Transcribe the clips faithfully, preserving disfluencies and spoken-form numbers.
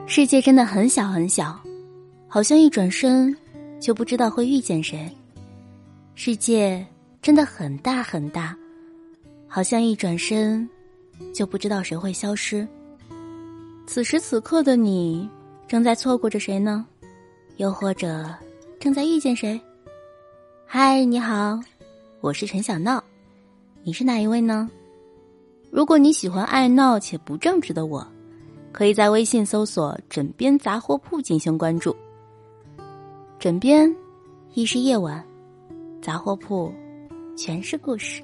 世界真的很小很小，好像一转身就不知道会遇见谁。世界真的很大很大，好像一转身就不知道谁会消失。此时此刻的你正在错过着谁呢？又或者正在遇见谁？嗨，你好，我是陈小闹，你是哪一位呢？如果你喜欢爱闹且不正直的我，可以在微信搜索枕边杂货铺进行关注。枕边亦是夜晚，杂货铺全是故事。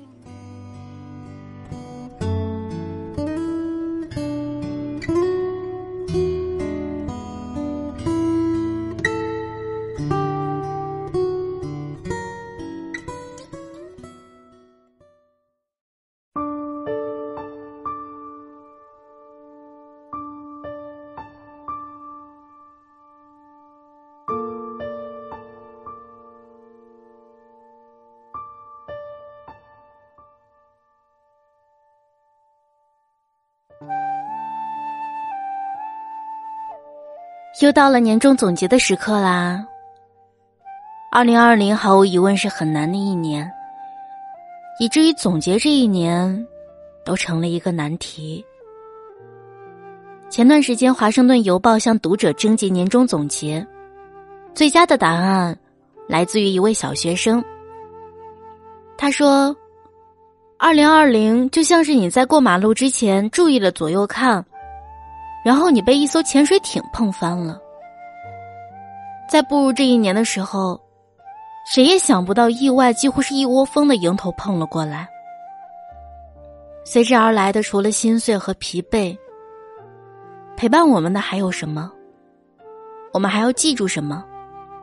又到了年终总结的时刻啦。二零二零毫无疑问是很难的一年，以至于总结这一年都成了一个难题。前段时间华盛顿邮报向读者征集年终总结，最佳的答案来自于一位小学生。他说，二零二零就像是你在过马路之前注意了左右看，然后你被一艘潜水艇碰翻了。在步入这一年的时候，谁也想不到意外几乎是一窝蜂的迎头碰了过来。随之而来的除了心碎和疲惫，陪伴我们的还有什么？我们还要记住什么？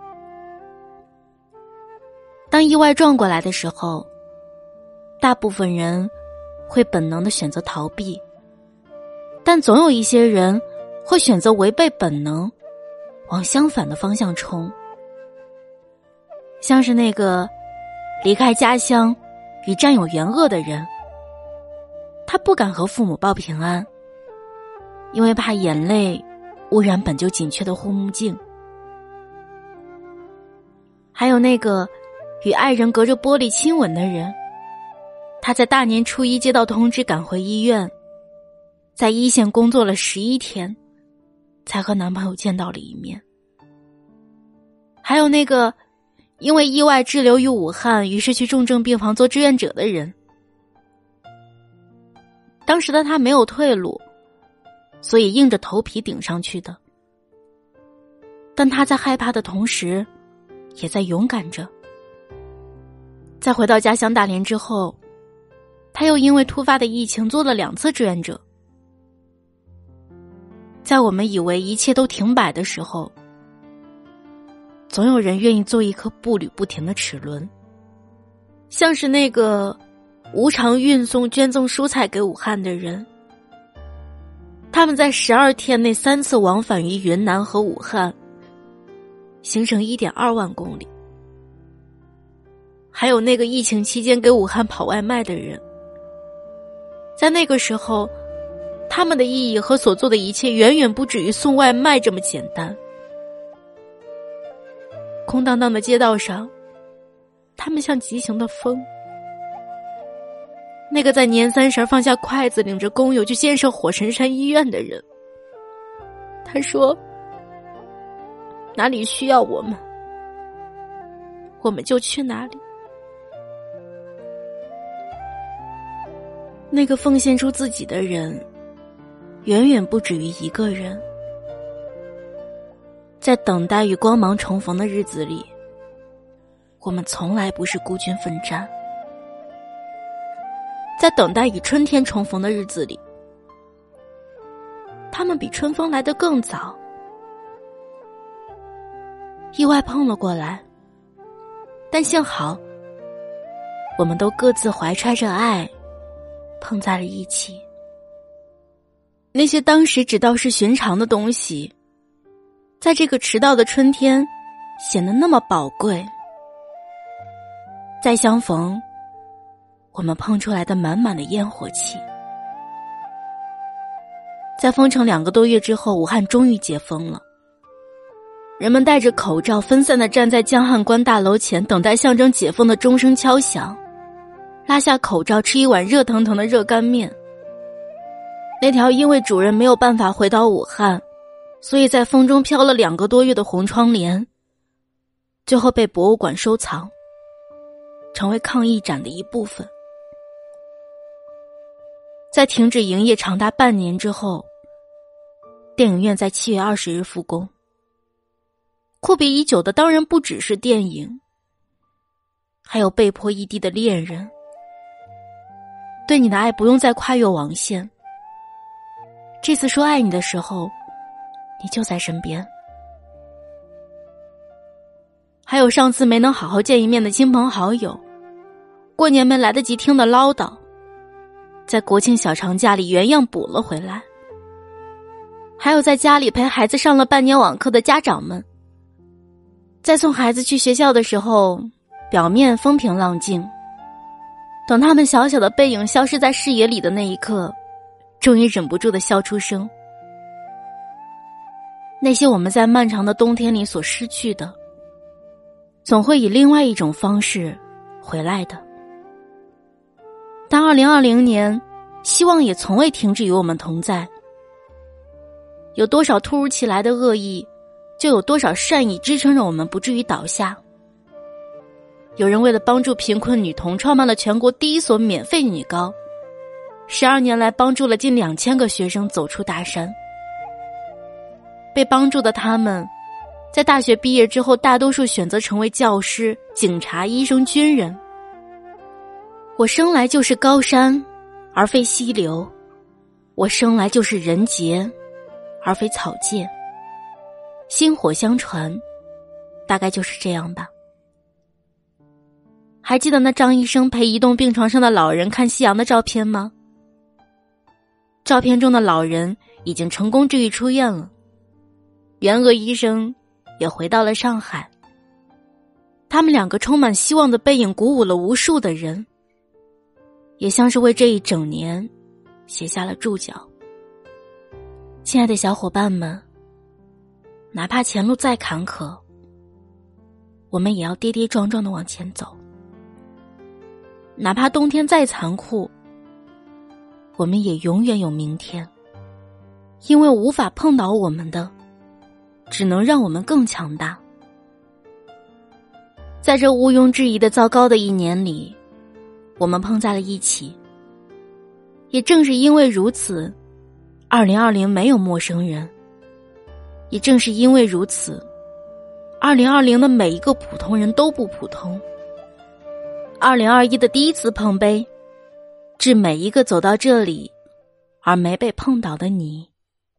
当意外撞过来的时候，大部分人会本能地选择逃避，但总有一些人会选择违背本能，往相反的方向冲。像是那个离开家乡与战友援鄂的人，他不敢和父母报平安，因为怕眼泪污染本就紧缺的护目镜。还有那个与爱人隔着玻璃亲吻的人，他在大年初一接到通知赶回医院，在一线工作了十一天，才和男朋友见到了一面。还有那个因为意外滞留于武汉，于是去重症病房做志愿者的人。当时的他没有退路，所以硬着头皮顶上去的。但他在害怕的同时，也在勇敢着。在回到家乡大连之后，他又因为突发的疫情做了两次志愿者。在我们以为一切都停摆的时候，总有人愿意做一颗步履不停的齿轮。像是那个无偿运送捐赠蔬菜给武汉的人，他们在十二天内三次往返于云南和武汉，行程 一点二万公里。还有那个疫情期间给武汉跑外卖的人，在那个时候，他们的意义和所做的一切远远不止于送外卖这么简单。空荡荡的街道上，他们像疾行的风。那个在年三十放下筷子领着工友去建设火神山医院的人，他说，哪里需要我们，我们就去哪里。那个奉献出自己的人，远远不止于一个人。在等待与光芒重逢的日子里，我们从来不是孤军奋战。在等待与春天重逢的日子里，他们比春风来得更早。意外碰了过来，但幸好，我们都各自怀揣着爱，碰在了一起。那些当时只道是寻常的东西，在这个迟到的春天显得那么宝贵。再相逢，我们碰出来的满满的烟火气。 在封城两个多月之后，武汉终于解封了。人们戴着口罩分散地站在江汉关大楼前，等待象征解封的钟声敲响，拉下口罩吃一碗热腾腾的热干面。那条因为主人没有办法回到武汉，所以在风中飘了两个多月的红窗帘，最后被博物馆收藏，成为抗疫展的一部分。在停止营业长达半年之后，电影院在七月二十日复工。阔别已久的当然不只是电影，还有被迫异地的恋人。对你的爱不用再跨越网线，这次说爱你的时候，你就在身边。还有上次没能好好见一面的亲朋好友，过年没来得及听的唠叨，在国庆小长假里原样补了回来。还有在家里陪孩子上了半年网课的家长们，在送孩子去学校的时候，表面风平浪静，等他们小小的背影消失在视野里的那一刻，终于忍不住地笑出声。那些我们在漫长的冬天里所失去的，总会以另外一种方式回来的。但二零二零年，希望也从未停止与我们同在。有多少突如其来的恶意，就有多少善意支撑着我们不至于倒下。有人为了帮助贫困女童创办了全国第一所免费女高，十二年来帮助了近两千个学生走出大山。被帮助的他们，在大学毕业之后大多数选择成为教师、警察、医生、军人。我生来就是高山，而非溪流；我生来就是人杰，而非草芥。薪火相传，大概就是这样吧。还记得那张医生陪移动病床上的老人看夕阳的照片吗？照片中的老人已经成功治愈出院了，袁娥医生也回到了上海。他们两个充满希望的背影鼓舞了无数的人，也像是为这一整年写下了注脚。亲爱的小伙伴们，哪怕前路再坎坷，我们也要跌跌撞撞地往前走。哪怕冬天再残酷，我们也永远有明天。因为无法碰倒我们的，只能让我们更强大。在这毋庸置疑的糟糕的一年里，我们碰在了一起。也正是因为如此，二零二零没有陌生人。也正是因为如此，二零二零的每一个普通人都不普通。二零二一的第一次碰杯，致每一个走到这里而没被碰倒的你。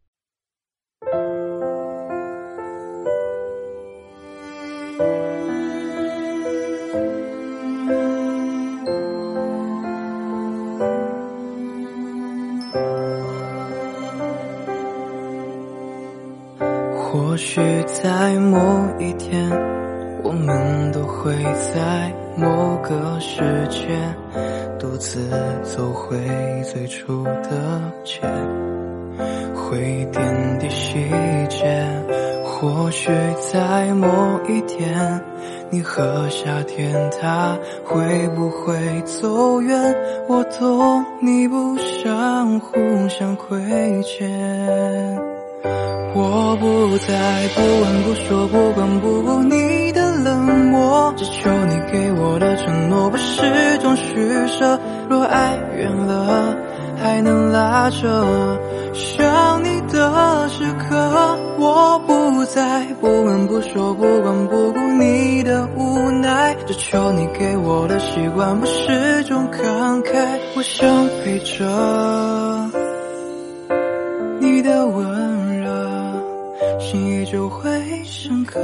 或许在某一天，我们都会在某个时间独自走回最初的街，回忆点滴细节。或许在某一天，你和夏天它会不会走远，我懂你不想互相亏欠。我不再不问不说，不管不顾你的冷漠，只求你给我的承诺不是种取舍。若爱远了还能拉着想你的时刻，我不再不问不说，不管不顾你的无奈，只求你给我的习惯不是种慷慨。我想陪着你的温热，心依旧会深刻。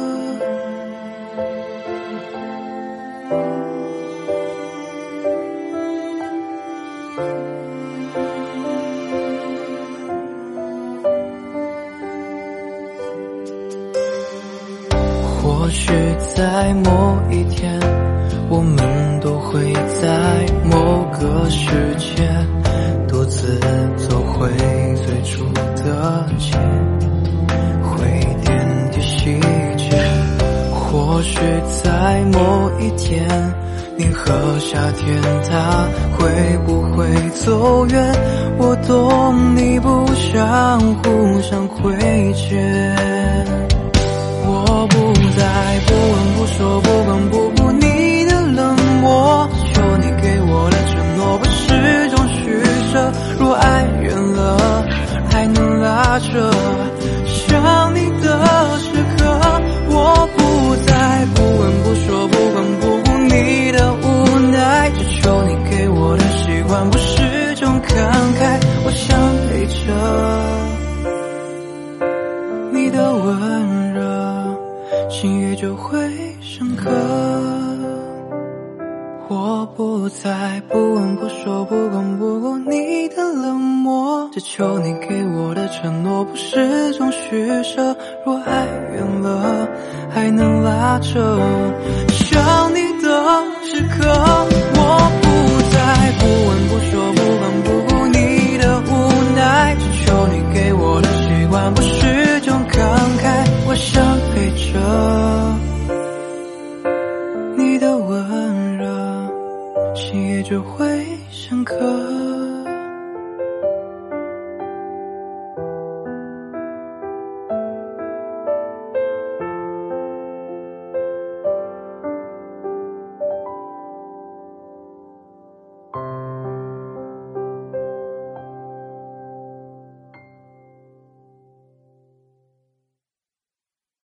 或许在某一天，我们都会在某个世界独自走回最出的钱，会点滴细节。或许在某一天，你和夏天它会不会走远？我懂你不想互相亏欠，我不再不问不说不管不顾你的冷漠，求你给我的承诺不是种取舍。若爱远了还能拉扯，想你的时刻，我不再不问不说不管不顾你的无奈，只求你给我的习惯不是种慷慨。我想陪着你的温热，心也就会深刻。我不再不问不说不管不顾你的冷漠，只求你给我的承诺不是种取舍。若爱远了还能拉扯，想你的时刻，我不再不问不说不管不顾你的无奈，只求你给我的习惯不是种慷慨。我想陪着你的温热，心也就会深刻。